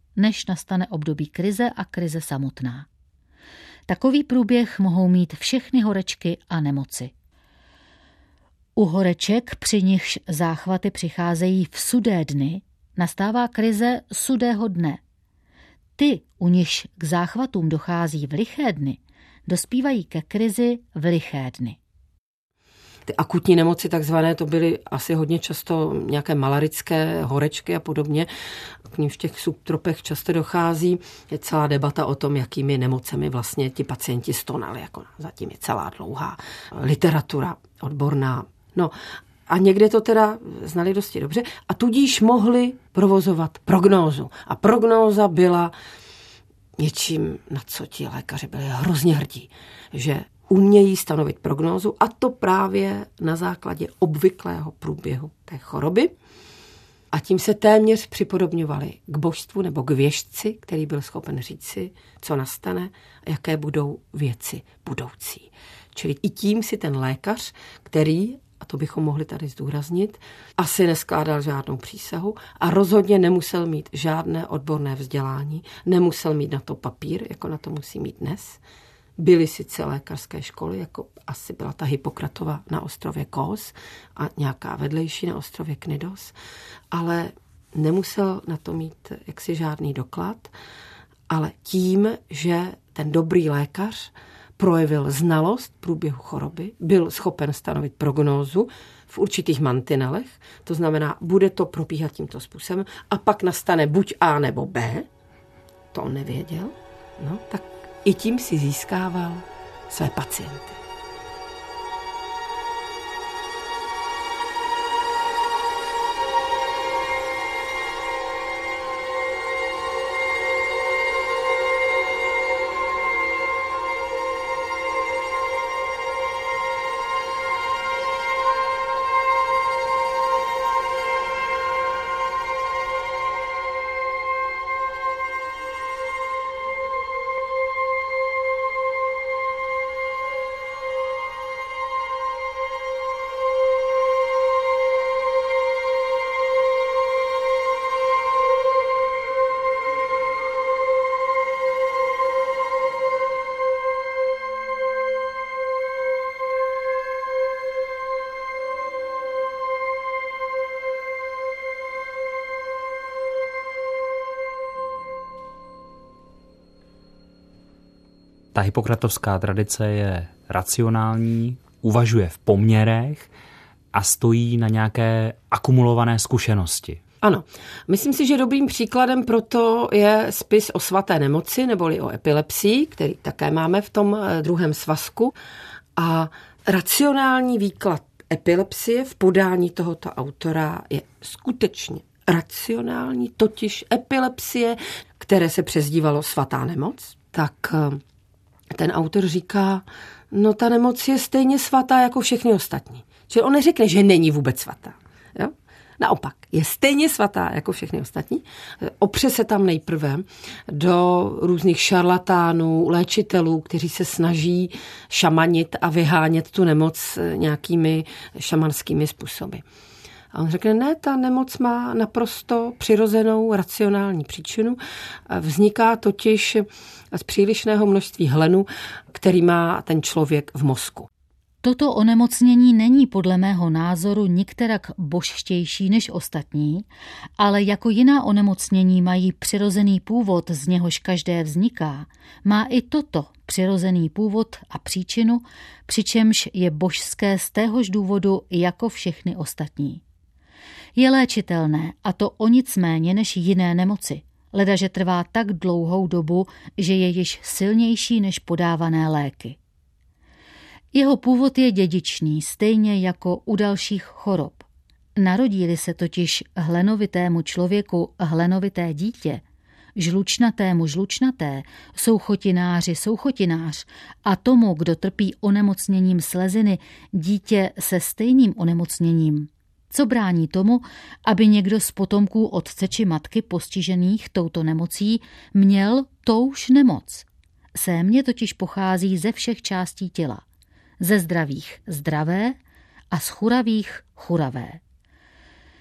než nastane období krize a krize samotná. Takový průběh mohou mít všechny horečky a nemoci. U horeček, při nichž záchvaty přicházejí v sudé dny, nastává krize sudého dne. Ty, u nichž k záchvatům dochází v liché dny, dospívají ke krizi v liché dny. Ty akutní nemoci takzvané, to byly asi hodně často nějaké malarické horečky a podobně. K nim v těch subtropech často dochází. Je celá debata o tom, jakými nemocemi vlastně ti pacienti stonali. Jako zatím je celá dlouhá literatura odborná. No a někde to teda znali dosti dobře a tudíž mohli provozovat prognózu. A prognóza byla něčím, na co ti lékaři byli hrozně hrdí, že umějí stanovit prognózu a to právě na základě obvyklého průběhu té choroby. A tím se téměř připodobňovali k božstvu nebo k věštci, který byl schopen říci, co nastane a jaké budou věci budoucí. Čili i tím si ten lékař, který, a to bychom mohli tady zdůraznit, asi neskládal žádnou přísahu a rozhodně nemusel mít žádné odborné vzdělání, nemusel mít na to papír, jako na to musí mít dnes. Byly sice lékařské školy, jako asi byla ta Hippokratova na ostrově Kos a nějaká vedlejší na ostrově Knidos, ale nemusel na to mít jaksi žádný doklad, ale tím, že ten dobrý lékař projevil znalost průběhu choroby, byl schopen stanovit prognózu v určitých mantinelech, to znamená, bude to probíhat tímto způsobem a pak nastane buď A nebo B, to on nevěděl, no tak i tím si získával své pacienty. Ta hippokratovská tradice je racionální, uvažuje v poměrech a stojí na nějaké akumulované zkušenosti. Ano, myslím si, že dobrým příkladem proto je spis o svaté nemoci, neboli o epilepsii, který také máme v tom druhém svazku. A racionální výklad epilepsie v podání tohoto autora je skutečně racionální, totiž epilepsie, které se přezdívalo svatá nemoc, tak ten autor říká, no ta nemoc je stejně svatá jako všechny ostatní. Čili on neřekne, že není vůbec svatá. Jo? Naopak, je stejně svatá jako všechny ostatní. Opře se tam nejprve do různých šarlatánů, léčitelů, kteří se snaží šamanit a vyhánět tu nemoc nějakými šamanskými způsoby. A on řekne, ne, ta nemoc má naprosto přirozenou racionální příčinu. Vzniká totiž z přílišného množství hlenu, který má ten člověk v mozku. Toto onemocnění není podle mého názoru nikterak božštější než ostatní, ale jako jiná onemocnění mají přirozený původ, z něhož každé vzniká, má i toto přirozený původ a příčinu, přičemž je božské z téhož důvodu jako všechny ostatní. Je léčitelné, a to o nic méně než jiné nemoci, ledaže trvá tak dlouhou dobu, že je již silnější než podávané léky. Jeho původ je dědičný, stejně jako u dalších chorob. Narodí-li se totiž hlenovitému člověku hlenovité dítě, žlučnatému žlučnaté, souchotináři souchotinář a tomu, kdo trpí onemocněním sleziny, dítě se stejným onemocněním, co brání tomu, aby někdo z potomků otce či matky postižených touto nemocí měl touž nemoc. Sémě totiž pochází ze všech částí těla. Ze zdravých zdravé a z churavých churavé.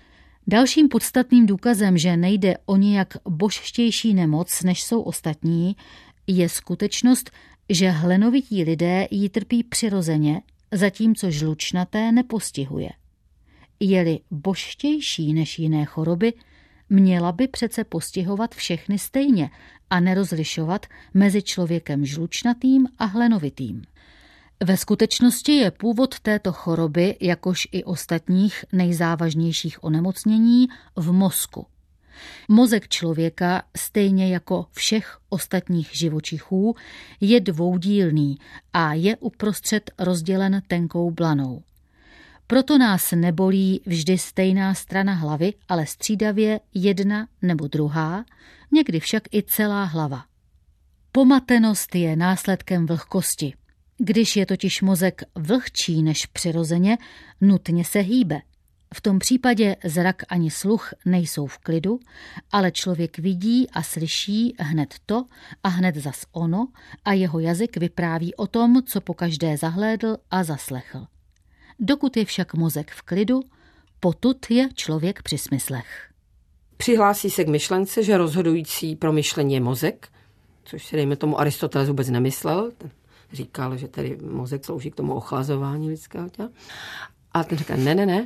Dalším podstatným důkazem, že nejde o nějak božštější nemoc, než jsou ostatní, je skutečnost, že hlenovití lidé ji trpí přirozeně, zatímco žlučnaté nepostihuje. Je-li božštější než jiné choroby, měla by přece postihovat všechny stejně a nerozlišovat mezi člověkem žlučnatým a hlenovitým. Ve skutečnosti je původ této choroby, jakož i ostatních nejzávažnějších onemocnění, v mozku. Mozek člověka, stejně jako všech ostatních živočichů, je dvoudílný a je uprostřed rozdělen tenkou blanou. Proto nás nebolí vždy stejná strana hlavy, ale střídavě jedna nebo druhá, někdy však i celá hlava. Pomatenost je následkem vlhkosti. Když je totiž mozek vlhčí než přirozeně, nutně se hýbe. V tom případě zrak ani sluch nejsou v klidu, ale člověk vidí a slyší hned to a hned zas ono a jeho jazyk vypráví o tom, co pokaždé zahlédl a zaslechl. Dokud je však mozek v klidu, potud je člověk při smyslech. Přihlásí se k myšlence, že rozhodující pro myšlení je mozek, což si dejme tomu Aristoteles vůbec nemyslel. Říkal, že tedy mozek slouží k tomu ochlazování lidského těla. A ten říká, ne, ne, ne.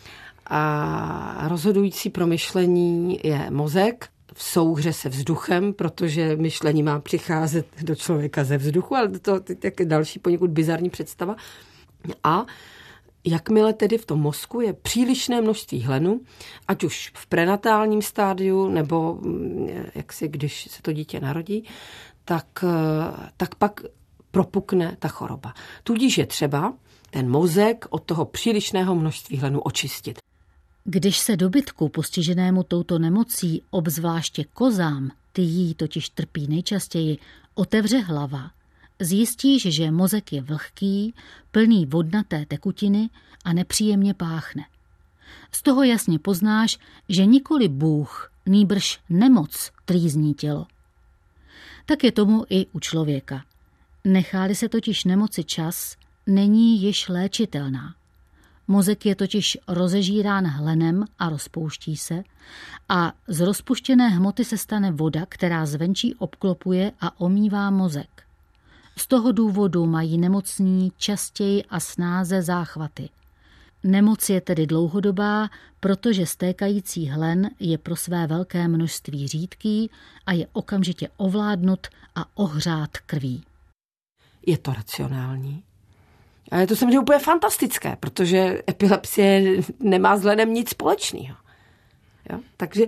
A rozhodující pro myšlení je mozek v souhře se vzduchem, protože myšlení má přicházet do člověka ze vzduchu, ale to je další poněkud bizarní představa. A jakmile tedy v tom mozku je přílišné množství hlenu, ať už v prenatálním stádiu, nebo jaksi když se to dítě narodí, tak, tak pak propukne ta choroba. Tudíž je třeba ten mozek od toho přílišného množství hlenu očistit. Když se dobytku postiženému touto nemocí, obzvláště kozám, ty jí totiž trpí nejčastěji, otevře hlava, zjistíš, že mozek je vlhký, plný vodnaté tekutiny a nepříjemně páchne. Z toho jasně poznáš, že nikoli Bůh, nýbrž nemoc trýzní tělo. Tak je tomu i u člověka. Nechá-li se totiž nemoci čas, není již léčitelná. Mozek je totiž rozežírán hlenem a rozpouští se a z rozpuštěné hmoty se stane voda, která zvenčí obklopuje a omývá mozek. Z toho důvodu mají nemocní častěji a snáze záchvaty. Nemoc je tedy dlouhodobá, protože stékající hlen je pro své velké množství řídký a je okamžitě ovládnut a ohřát krví. Je to racionální. A je to samozřejmě úplně fantastické, protože epilepsie nemá s hledem nic společného. Jo? Takže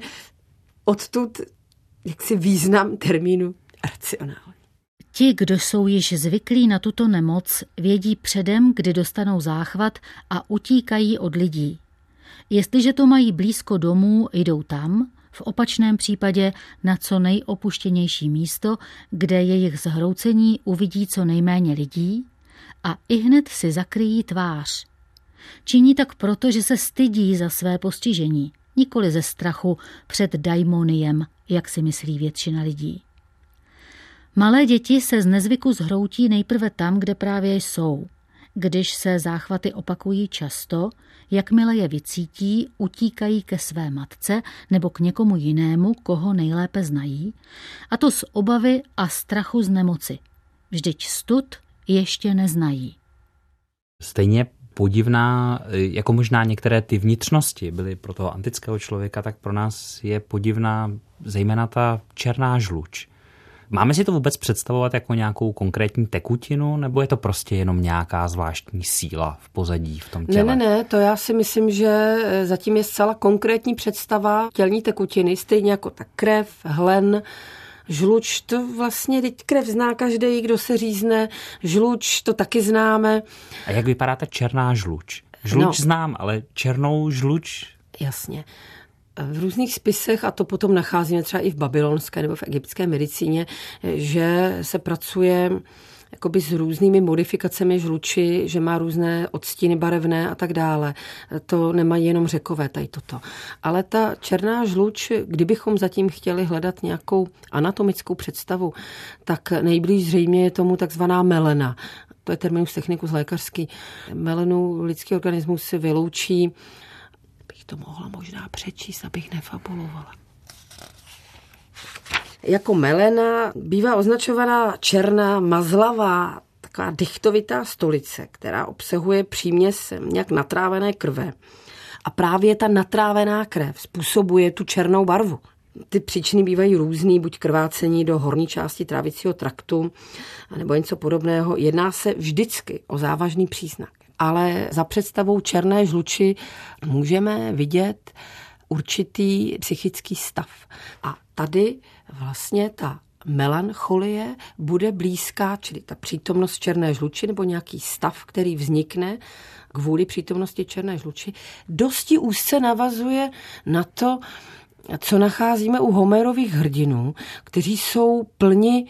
odtud jaksi význam termínu racionální. Ti, kdo jsou již zvyklí na tuto nemoc, vědí předem, kdy dostanou záchvat a utíkají od lidí. Jestliže to mají blízko domů, jdou tam, v opačném případě na co nejopuštěnější místo, kde jejich zhroucení uvidí co nejméně lidí, a ihned si zakryjí tvář. Činí tak proto, že se stydí za své postižení, nikoli ze strachu před daimoniem, jak si myslí většina lidí. Malé děti se z nezvyku zhroutí nejprve tam, kde právě jsou. Když se záchvaty opakují často, jakmile je vycítí, utíkají ke své matce nebo k někomu jinému, koho nejlépe znají, a to z obavy a strachu z nemoci. Vždyť stud ještě neznají. Stejně podivná, jako možná některé ty vnitřnosti byly pro toho antického člověka, tak pro nás je podivná zejména ta černá žluč. Máme si to vůbec představovat jako nějakou konkrétní tekutinu, nebo je to prostě jenom nějaká zvláštní síla v pozadí v tom těle? Ne, ne, ne, to já si myslím, že zatím je zcela konkrétní představa tělní tekutiny, stejně jako ta krev, hlen, žluč, to vlastně teď krev zná každý, kdo se řízne, žluč, to taky známe. A jak vypadá ta černá žluč? Žluč no, znám, ale černou žluč? Jasně. V různých spisech, a to potom nacházíme třeba i v babylonské nebo v egyptské medicíně, že se pracuje jakoby s různými modifikacemi žluči, že má různé odstíny barevné a tak dále. To nemají jenom Řekové tady toto. Ale ta černá žluč, kdybychom zatím chtěli hledat nějakou anatomickou představu, tak nejblíž zřejmě je tomu takzvaná melena. To je terminus technicus lékařský. Melenu lidský organismus si vyloučí bych to mohla možná přečíst, abych nefabulovala. Jako melena bývá označovaná černá, mazlavá, taková dychtovitá stolice, která obsahuje příměs nějak natrávené krve. A právě ta natrávená krev způsobuje tu černou barvu. Ty příčiny bývají různý, buď krvácení do horní části trávicího traktu, nebo něco podobného. Jedná se vždycky o závažný příznak. Ale za představou černé žluči můžeme vidět určitý psychický stav. A tady vlastně ta melancholie bude blízká, čili ta přítomnost černé žluči nebo nějaký stav, který vznikne kvůli přítomnosti černé žluči, dosti úzce navazuje na to, co nacházíme u Homerových hrdinů, kteří jsou plni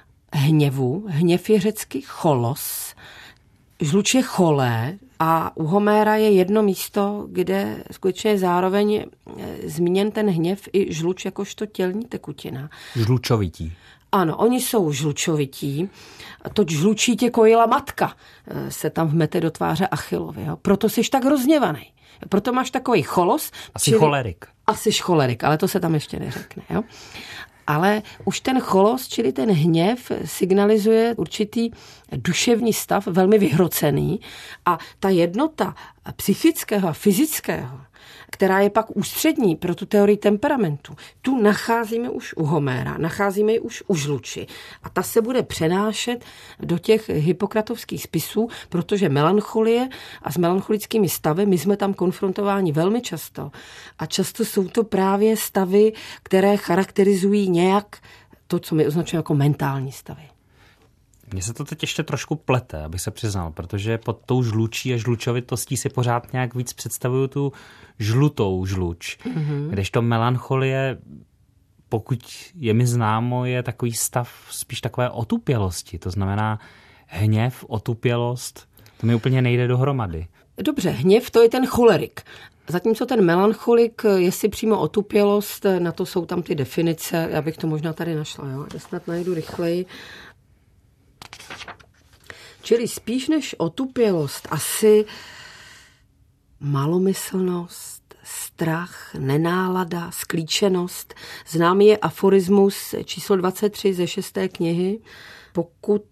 hněvu. Hněv je řecky cholos, žluč je cholé a u Homéra je jedno místo, kde skutečně je zároveň zmíněn ten hněv i žluč jakožto tělní tekutina. Žlučovití. Ano, oni jsou žlučovití. To žlučí tě kojila matka se tam vmete do tváře Achillovi. Jo? Proto jsi tak rozněvaný. Proto máš takový cholos. Asi čili... cholerik. Asi cholerik, ale to se tam ještě neřekne. Jo? Ale už ten cholos, čili ten hněv, signalizuje určitý duševní stav, velmi vyhrocený. A ta jednota psychického a fyzického, která je pak ústřední pro tu teorii temperamentu, tu nacházíme už u Homéra, nacházíme ji už u žluči. A ta se bude přenášet do těch hippokratovských spisů, protože melancholie a s melancholickými stavy my jsme tam konfrontováni velmi často. A často jsou to právě stavy, které charakterizují nějak to, co my označujeme jako mentální stavy. Mně se to teď ještě trošku plete, abych se přiznal, protože pod tou žlučí a žlučovitostí si pořád nějak víc představuju tu žlutou žluč. Mm-hmm. Kdežto melancholie, pokud je mi známo, je takový stav spíš takové otupělosti. To znamená hněv, otupělost, to mi úplně nejde dohromady. Dobře, hněv to je ten cholerik. Zatímco ten melancholik, jestli přímo otupělost, na to jsou tam ty definice, já bych to možná tady našla, jo? Já snad najdu rychleji. Čili spíš než otupělost, asi malomyslnost, strach, nenálada, sklíčenost. Známý je aforismus číslo dvacet tři ze šesté knihy. Pokud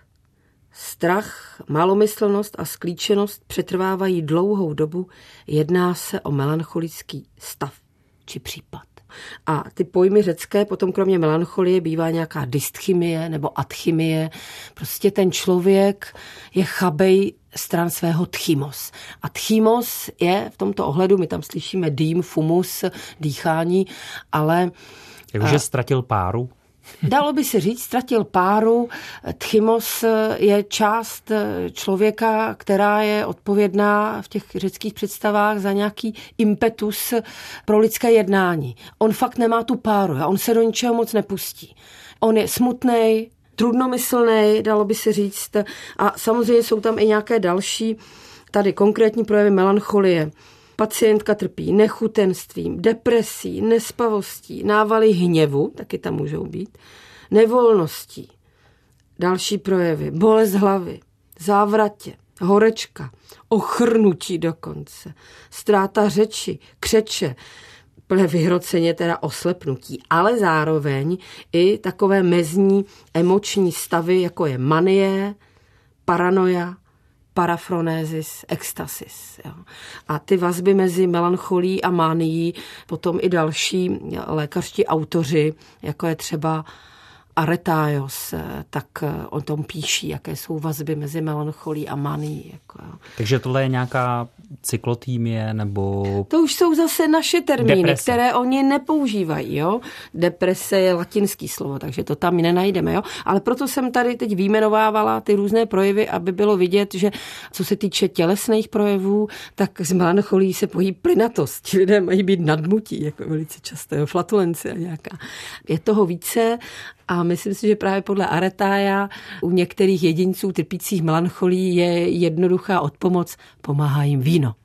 strach, malomyslnost a sklíčenost přetrvávají dlouhou dobu, jedná se o melancholický stav či případ. A ty pojmy řecké potom kromě melancholie bývá nějaká dystchymie nebo atchymie. Prostě ten člověk je chabej stran svého tchymos. A tchymos je v tomto ohledu, my tam slyšíme dým, fumus, dýchání, ale... Jakože ztratil páru? Dalo by se říct, ztratil páru. Tchymos je část člověka, která je odpovědná v těch řeckých představách za nějaký impetus pro lidské jednání. On fakt nemá tu páru, on se do ničeho moc nepustí. On je smutnej, trudnomyslnej, dalo by se říct. A samozřejmě jsou tam i nějaké další tady konkrétní projevy melancholie. Pacientka trpí nechutenstvím, depresí, nespavostí, návaly hněvu, taky tam můžou být, nevolností. Další projevy, bolest hlavy, závratě, horečka, ochrnutí dokonce, ztráta řeči, křeče, plné vyhroceně teda oslepnutí, ale zároveň i takové mezní emoční stavy, jako je manie, paranoia, parafronézis, extasis. Jo. A ty vazby mezi melancholí a mánií potom i další lékařští autoři, jako je třeba Aretájos, tak o tom píší, jaké jsou vazby mezi melancholí a manií. Jako, jo. Takže tohle je nějaká cyklotýmie nebo... To už jsou zase naše termíny, deprese, které oni nepoužívají. Jo? Deprese je latinský slovo, takže to tam nenajdeme. Jo? Ale proto jsem tady teď vyjmenovávala ty různé projevy, aby bylo vidět, že co se týče tělesných projevů, tak z melancholí se pojí plynatost. Ti lidé mají být nadmutí, jako velice často, jo? Flatulence nějaká. Je toho více. A myslím si, že právě podle Aretája u některých jedinců trpících melancholí je jednoduchá odpomoc, pomáhá jim víno.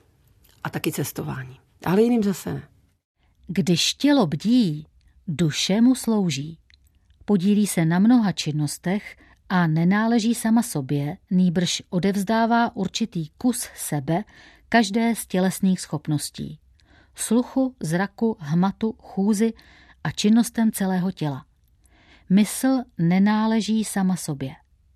A taky cestování. Ale jiným zase ne. Když tělo bdí, duše mu slouží. Podílí se na mnoha činnostech a nenáleží sama sobě, nýbrž odevzdává určitý kus sebe každé z tělesných schopností. Sluchu, zraku, hmatu, chůzi a činnostem celého těla. Mysl nenáleží sama sobě.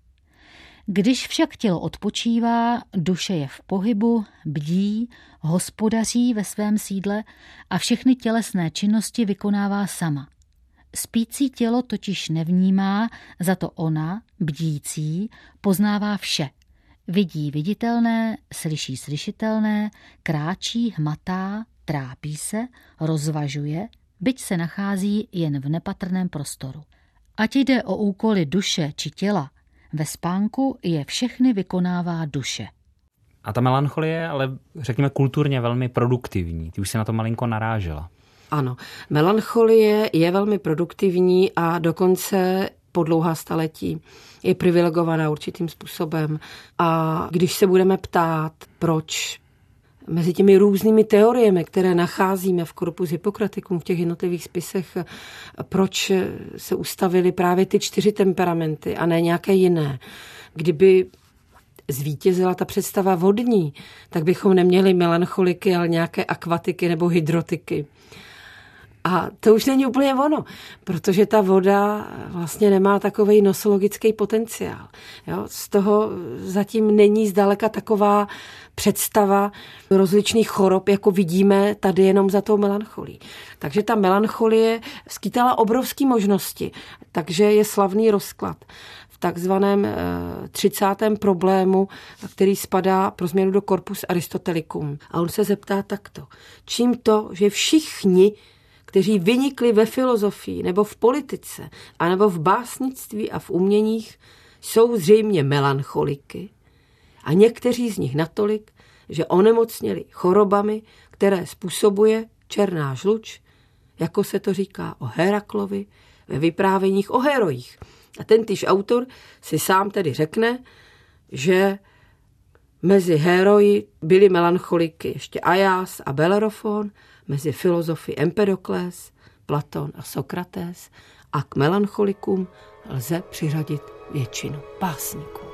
Když však tělo odpočívá, duše je v pohybu, bdí, hospodaří ve svém sídle a všechny tělesné činnosti vykonává sama. Spící tělo totiž nevnímá, za to ona, bdící, poznává vše. Vidí viditelné, slyší slyšitelné, kráčí, hmatá, trápí se, rozvažuje, byť se nachází jen v nepatrném prostoru. Ať jde o úkoly duše či těla, ve spánku je všechny vykonává duše. A ta melancholie, ale řekněme kulturně velmi produktivní. Ty už si na to malinko narážela. Ano, melancholie je velmi produktivní a dokonce po dlouhá staletí je privilegovaná určitým způsobem. A když se budeme ptát, proč mezi těmi různými teoriemi, které nacházíme v Corpus Hippocraticum, v těch jednotlivých spisech, proč se ustavily právě ty čtyři temperamenty a ne nějaké jiné. Kdyby zvítězila ta představa vodní, tak bychom neměli melancholiky, ale nějaké akvatiky nebo hydrotiky. A to už není úplně ono, protože ta voda vlastně nemá takovej nosologický potenciál. Jo? Z toho zatím není zdaleka taková představa rozličných chorob, jako vidíme tady jenom za tou melancholí. Takže ta melancholie skýtala obrovské možnosti, takže je slavný rozklad v takzvaném třicátém problému, který spadá pro změnu do Corpus Aristotelicum. A on se zeptá takto. Čím to, že všichni, kteří vynikli ve filozofii nebo v politice, anebo v básnictví a v uměních, jsou zřejmě melancholiky a někteří z nich natolik, že onemocněli chorobami, které způsobuje černá žluč, jako se to říká o Heraklovi ve vyprávěních o herojích. A tentýž autor si sám tedy řekne, že mezi heroji byli melancholiky ještě Ajas a Bellerofon, mezi filozofy Empedokles, Platon a Sokrates a k melancholikům lze přiřadit většinu básníků.